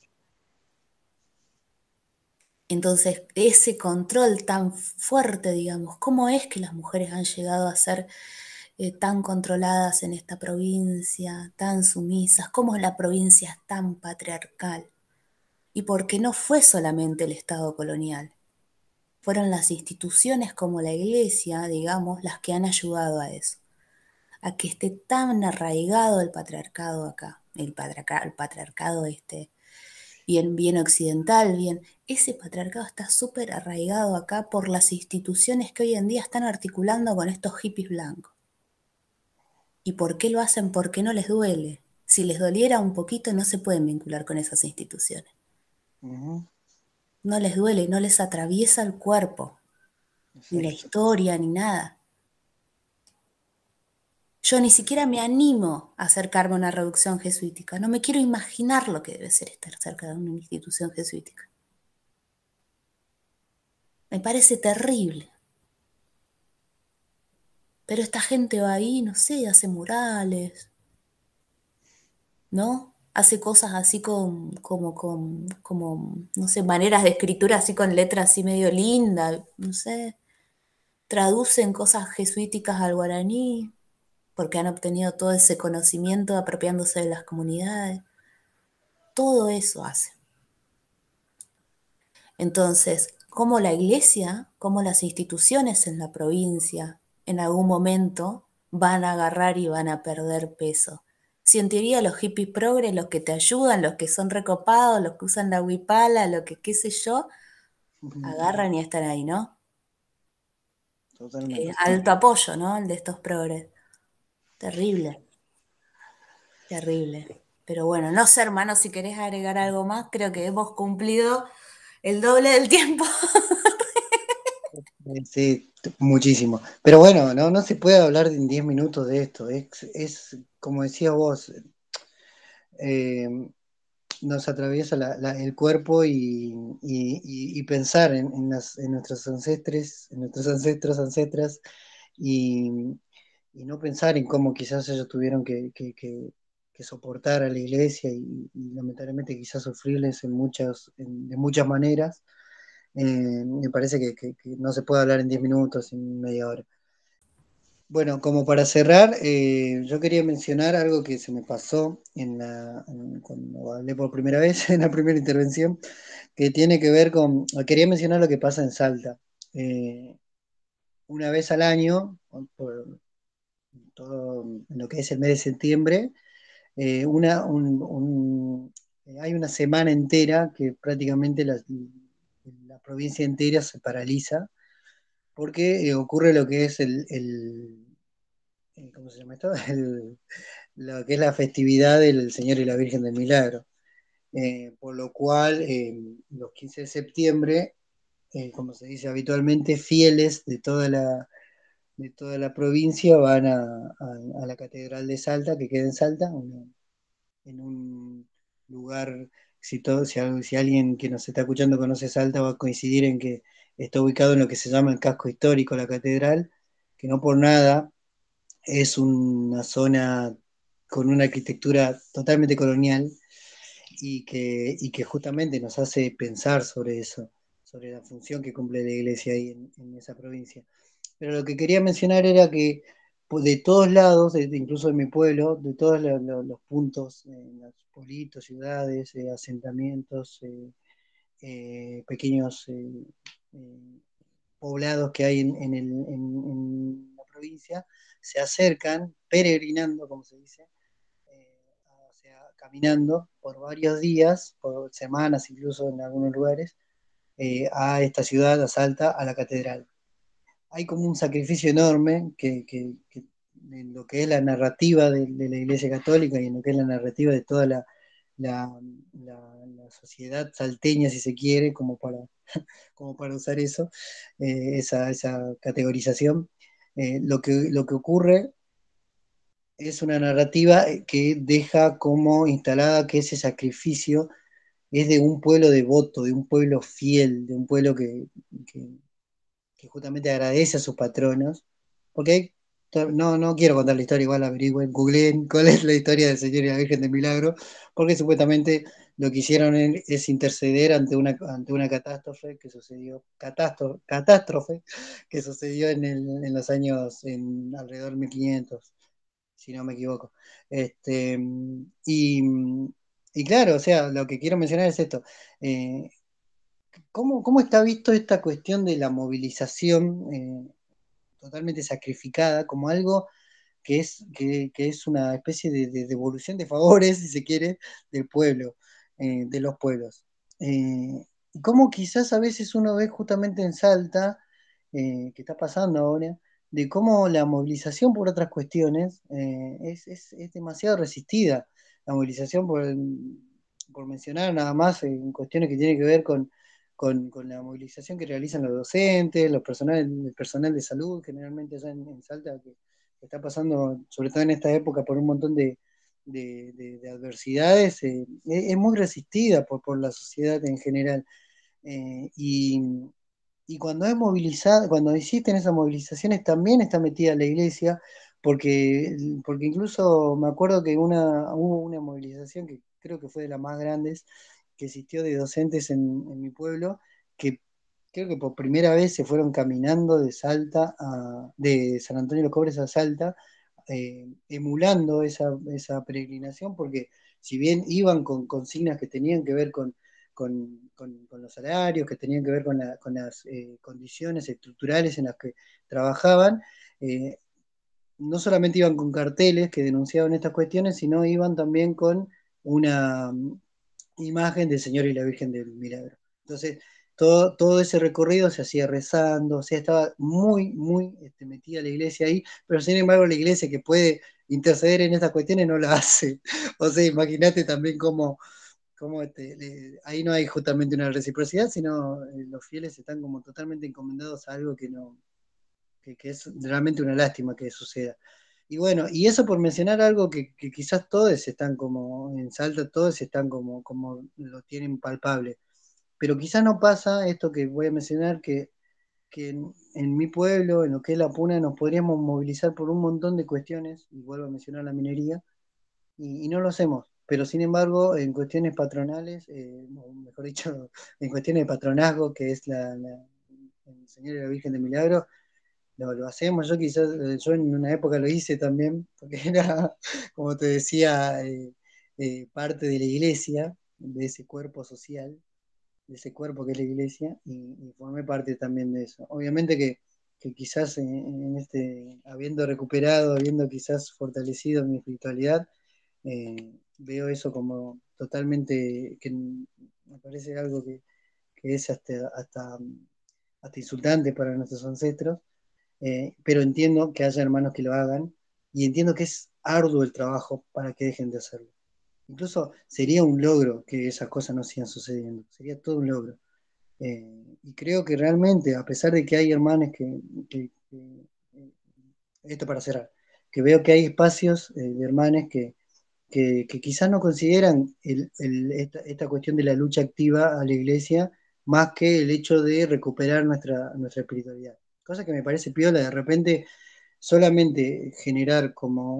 Entonces, ese control tan fuerte, digamos, ¿cómo es que las mujeres han llegado a ser tan controladas en esta provincia, tan sumisas? ¿Cómo la provincia es tan patriarcal? Y porque no fue solamente el Estado colonial, fueron las instituciones como la iglesia, digamos, las que han ayudado a eso, a que esté tan arraigado el patriarcado acá, el patriarcado bien occidental, bien. Ese patriarcado está súper arraigado acá por las instituciones que hoy en día están articulando con estos hippies blancos. ¿Y por qué lo hacen? Porque no les duele. Si les doliera un poquito, no se pueden vincular con esas instituciones. Ujú. No les duele, no les atraviesa el cuerpo, ni la Exacto. historia, ni nada. Yo ni siquiera me animo a acercarme a una reducción jesuítica. No me quiero imaginar lo que debe ser estar cerca de una institución jesuítica. Me parece terrible. Pero esta gente va ahí, no sé, hace murales, ¿no? Hace cosas así como, no sé, maneras de escritura así con letras así medio lindas, no sé. Traducen cosas jesuíticas al guaraní, porque han obtenido todo ese conocimiento apropiándose de las comunidades. Todo eso hace. Entonces, cómo la iglesia, cómo las instituciones en la provincia, en algún momento van a agarrar y van a perder peso. Si en teoría los hippies progres, los que te ayudan, los que son recopados, los que usan la huipala, lo que qué sé yo, Ujú. agarran y están ahí, ¿no? Totalmente. Alto apoyo, ¿no? El de estos progres. Terrible, terrible. Pero bueno, no sé, hermano, si querés agregar algo más, creo que hemos cumplido el doble del tiempo. Sí, muchísimo. Pero bueno, no se puede hablar en 10 minutos de esto. Es como decía vos, eh, nos atraviesa el cuerpo y pensar en nuestros ancestres, en nuestros ancestros, ancestras, y, y no pensar en cómo quizás ellos tuvieron que que soportar a la iglesia y lamentablemente quizás sufrirles de muchas maneras. Me parece que no se puede hablar en 10 minutos, en media hora. Bueno, como para cerrar, yo quería mencionar algo que se me pasó cuando hablé por primera vez en la primera intervención, que tiene que ver quería mencionar lo que pasa en Salta. Eh, una vez al año, por todo lo que es el mes de septiembre, hay una semana entera que prácticamente la provincia entera se paraliza porque ocurre lo que es ¿cómo se llama esto? Lo que es la festividad del Señor y la Virgen del Milagro. Por lo cual, los 15 de septiembre, como se dice habitualmente, fieles de toda la provincia van a la Catedral de Salta, que queda en Salta, en un lugar, si alguien que nos está escuchando conoce Salta, va a coincidir en que está ubicado en lo que se llama el casco histórico, la catedral, que no por nada es una zona con una arquitectura totalmente colonial y que justamente nos hace pensar sobre eso, sobre la función que cumple la iglesia ahí en esa provincia. Pero lo que quería mencionar era que pues, de todos lados, incluso en mi pueblo, de todos los puntos, los pueblitos, ciudades, asentamientos, pequeños eh, poblados que hay en la provincia, se acercan peregrinando, como se dice, o sea, caminando por varios días, por semanas incluso en algunos lugares, a esta ciudad, a Salta, a la catedral. Hay como un sacrificio enorme que en lo que es la narrativa de la Iglesia Católica y en lo que es la narrativa de toda la, la sociedad salteña, si se quiere, como para usar eso, esa categorización. Lo que ocurre es una narrativa que deja como instalada que ese sacrificio es de un pueblo devoto, de un pueblo fiel, de un pueblo que, que justamente agradece a sus patronos, porque no quiero contar la historia, igual averigüen, googleen cuál es la historia del Señor y la Virgen de Milagro, porque supuestamente lo que hicieron es interceder ante una catástrofe que sucedió, catástrofe que sucedió en los años, alrededor de 1500 si no me equivoco. Y, y claro, o sea, lo que quiero mencionar es esto. Eh, cómo está visto esta cuestión de la movilización totalmente sacrificada como algo que es una especie de devolución de favores, si se quiere, del pueblo, de los pueblos? Y cómo quizás a veces uno ve justamente en Salta, que está pasando ahora, de cómo la movilización por otras cuestiones es demasiado resistida. La movilización por mencionar nada más en cuestiones que tienen que ver con la movilización que realizan los docentes, el personal de salud, generalmente allá en Salta, que está pasando, sobre todo en esta época, por un montón de adversidades, es muy resistida por la sociedad en general. Eh, y, y cuando es movilizada, cuando existen esas movilizaciones, también está metida la iglesia, porque incluso me acuerdo que hubo una movilización que creo que fue de las más grandes que existió de docentes en mi pueblo, que creo que por primera vez se fueron caminando de San Antonio de los Cobres a Salta, emulando esa peregrinación, porque si bien iban con consignas que tenían que ver con los salarios, que tenían que ver con las condiciones estructurales en las que trabajaban, eh, no solamente iban con carteles que denunciaban estas cuestiones, sino iban también con una imagen del Señor y la Virgen del Milagro. Entonces, todo ese recorrido se hacía rezando, o sea, estaba muy metida la iglesia ahí, pero sin embargo la iglesia que puede interceder en estas cuestiones no la hace. O sea, imagínate también cómo ahí no hay justamente una reciprocidad, sino los fieles están como totalmente encomendados a algo que no, que es realmente una lástima que suceda. Y bueno, y eso por mencionar algo que quizás todos están como en Salta, todos están como lo tienen palpable. Pero quizás no pasa esto que voy a mencionar, que en mi pueblo, en lo que es La Puna, nos podríamos movilizar por un montón de cuestiones, y vuelvo a mencionar la minería, y no lo hacemos. Pero sin embargo, en cuestiones patronales, o mejor dicho, en cuestiones de patronazgo, que es el Señor y la Virgen de Milagro, lo hacemos. Yo quizás, yo en una época lo hice también, porque era, como te decía, parte de la iglesia, de ese cuerpo social, de ese cuerpo que es la iglesia, y formé parte también de eso. Obviamente que quizás en este, habiendo recuperado, habiendo quizás fortalecido mi espiritualidad, veo eso como totalmente, que me parece algo que es hasta insultante para nuestros ancestros, pero entiendo que haya hermanos que lo hagan y entiendo que es arduo el trabajo para que dejen de hacerlo. Incluso sería un logro que esas cosas no sigan sucediendo, sería todo un logro. Y creo que realmente, a pesar de que hay hermanos que esto para cerrar, que veo que hay espacios de hermanos que quizás no consideran esta cuestión de la lucha activa a la iglesia más que el hecho de recuperar nuestra espiritualidad. Cosa que me parece piola, de repente solamente generar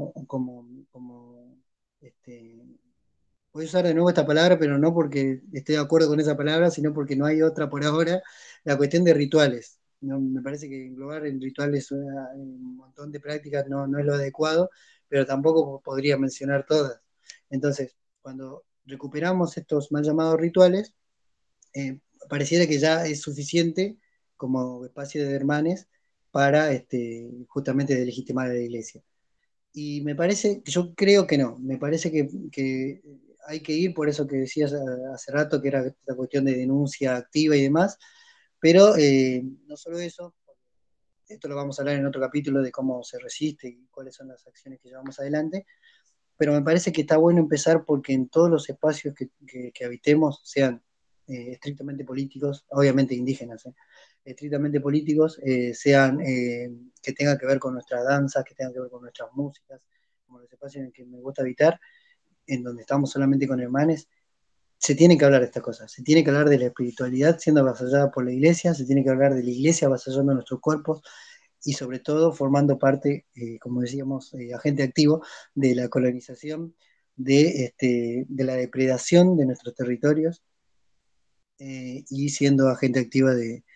este, voy a usar de nuevo esta palabra, pero no porque esté de acuerdo con esa palabra, sino porque no hay otra por ahora, la cuestión de rituales. No, me parece que englobar en rituales un montón de prácticas no es lo adecuado, pero tampoco podría mencionar todas. Entonces, cuando recuperamos estos mal llamados rituales, eh, pareciera que ya es suficiente como espacio de hermanes para justamente delegitimar a la iglesia. Y me parece, yo creo que no, me parece que hay que ir por eso que decías hace rato, que era esta cuestión de denuncia activa y demás, pero no solo eso, esto lo vamos a hablar en otro capítulo de cómo se resiste y cuáles son las acciones que llevamos adelante, pero me parece que está bueno empezar porque en todos los espacios que habitemos, sean estrictamente políticos, obviamente indígenas, estrictamente políticos, sean que tengan que ver con nuestras danzas, que tengan que ver con nuestras músicas, como los espacios en que me gusta habitar, en donde estamos solamente con hermanes, se tiene que hablar de estas cosas, se tiene que hablar de la espiritualidad siendo avasallada por la iglesia, se tiene que hablar de la iglesia avasallando nuestros cuerpos, y sobre todo formando parte, como decíamos, agente activo de la colonización, de la depredación de nuestros territorios, y siendo agente activa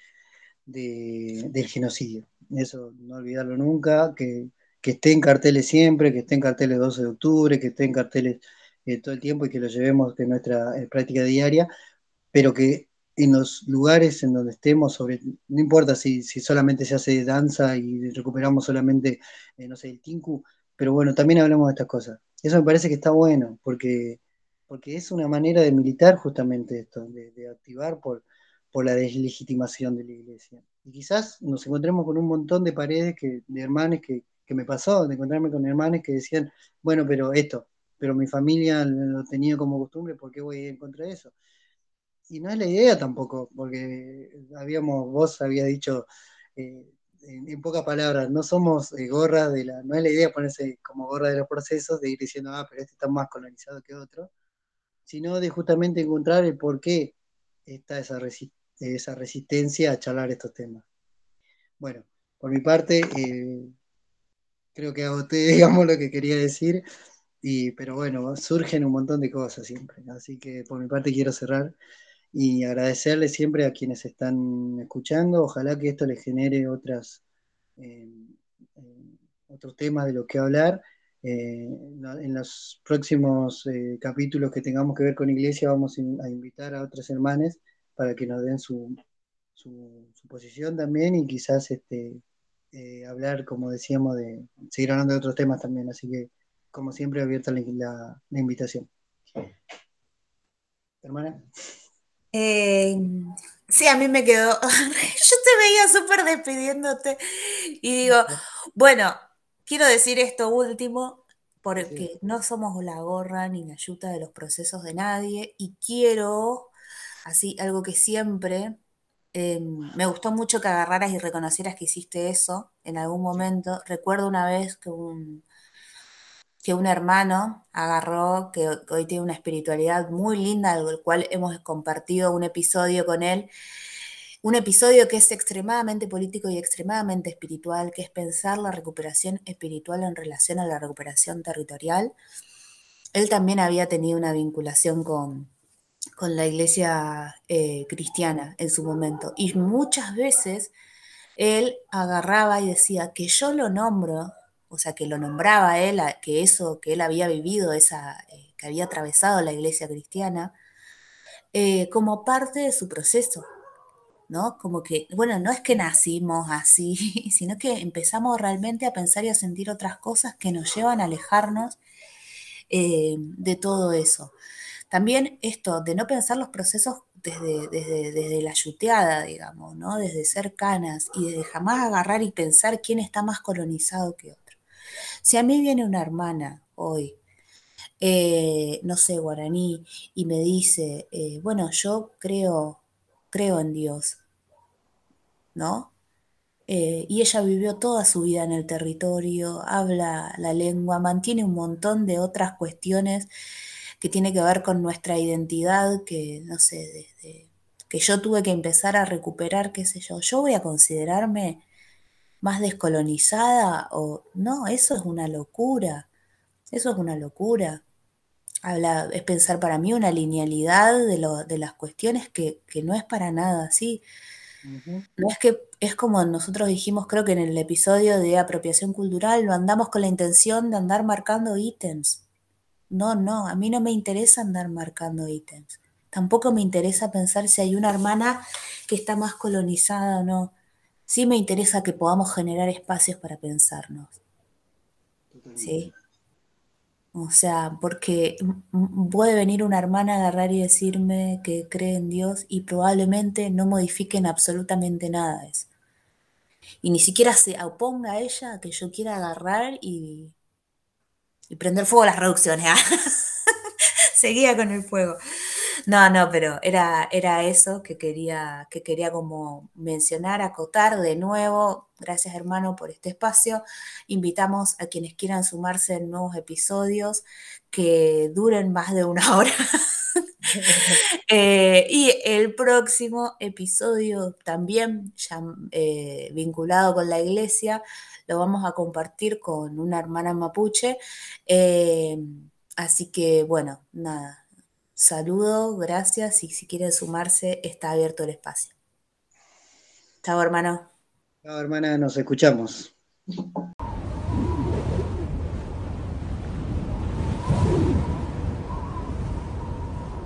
del genocidio. Eso no olvidarlo nunca, que esté en carteles siempre, que esté en carteles 12 de octubre, que esté en carteles todo el tiempo y que lo llevemos de nuestra práctica diaria, pero que en los lugares en donde estemos, no importa si solamente se hace danza y recuperamos solamente, no sé, el tinku, pero bueno, también hablamos de estas cosas. Eso me parece que está bueno, porque es una manera de militar justamente esto, de activar por la deslegitimación de la iglesia. Y quizás nos encontremos con un montón de paredes de hermanos que me pasó, de encontrarme con hermanos que decían, bueno, pero mi familia lo tenía como costumbre, ¿por qué voy a ir en contra de eso? Y no es la idea tampoco, porque vos habías dicho en pocas palabras, no somos gorras no es la idea ponerse como gorra de los procesos, de ir diciendo, pero este está más colonizado que otro, sino de justamente encontrar el por qué está esa resistencia a charlar estos temas. Bueno, por mi parte, creo que agoté, digamos, lo que quería decir, pero bueno, surgen un montón de cosas siempre, así que por mi parte quiero cerrar y agradecerle siempre a quienes están escuchando. Ojalá que esto les genere eh, otros temas de los que hablar. En los próximos capítulos que tengamos que ver con iglesia vamos a invitar a otros hermanos para que nos den su posición también y quizás hablar, como decíamos, de seguir hablando de otros temas también. Así que, como siempre, abierta la invitación. Hermana. Eh, sí, a mí me quedó. Yo te veía súper despidiéndote y digo, bueno, quiero decir esto último Sí, porque no somos la gorra ni la yuta de los procesos de nadie y quiero, así, algo que siempre me gustó mucho que agarraras y reconocieras que hiciste eso en algún sí, momento. Recuerdo una vez que un hermano agarró, que hoy tiene una espiritualidad muy linda, del cual hemos compartido un episodio con él, un episodio que es extremadamente político y extremadamente espiritual, que es pensar la recuperación espiritual en relación a la recuperación territorial. él también había tenido una vinculación con la iglesia cristiana en su momento. Y muchas veces él agarraba y decía que yo lo nombro, o sea, que lo nombraba a él, que eso, que él había vivido, que había atravesado la iglesia cristiana, como parte de su proceso, ¿no? Como que, bueno, no es que nacimos así, sino que empezamos realmente a pensar y a sentir otras cosas que nos llevan a alejarnos de todo eso. También esto de no pensar los procesos desde la yuteada, digamos, ¿no? Desde cercanas y desde jamás agarrar y pensar quién está más colonizado que otro. Si a mí viene una hermana hoy, no sé, guaraní, y me dice, bueno, yo creo en Dios, ¿no? Y ella vivió toda su vida en el territorio, habla la lengua, mantiene un montón de otras cuestiones que tiene que ver con nuestra identidad, que no sé, desde que yo tuve que empezar a recuperar, qué sé yo voy a considerarme más descolonizada o no, eso es una locura, eso es una locura. Es pensar para mí una linealidad de las cuestiones que no es para nada así. Ujú. No es que es como nosotros dijimos, creo que en el episodio de apropiación cultural, lo andamos con la intención de andar marcando ítems. No, no, a mí no me interesa andar marcando ítems. Tampoco me interesa pensar si hay una hermana que está más colonizada o no. Sí me interesa que podamos generar espacios para pensarnos, Totalmente. ¿sí? O sea, porque puede venir una hermana a agarrar y decirme que cree en Dios y probablemente no modifiquen absolutamente nada de eso. Y ni siquiera se oponga a ella a que yo quiera agarrar y prender fuego a las reducciones. ¿Ah? Seguía con el fuego. No, no, pero era eso que quería como mencionar, acotar de nuevo. Gracias, hermano, por este espacio. Invitamos a quienes quieran sumarse en nuevos episodios que duren más de una hora. Y el próximo episodio también ya, vinculado con la iglesia lo vamos a compartir con una hermana mapuche. Eh, Así que bueno, nada, saludo, gracias y si quieren sumarse está abierto el espacio. Chao, hermano. Chao, hermana, nos escuchamos.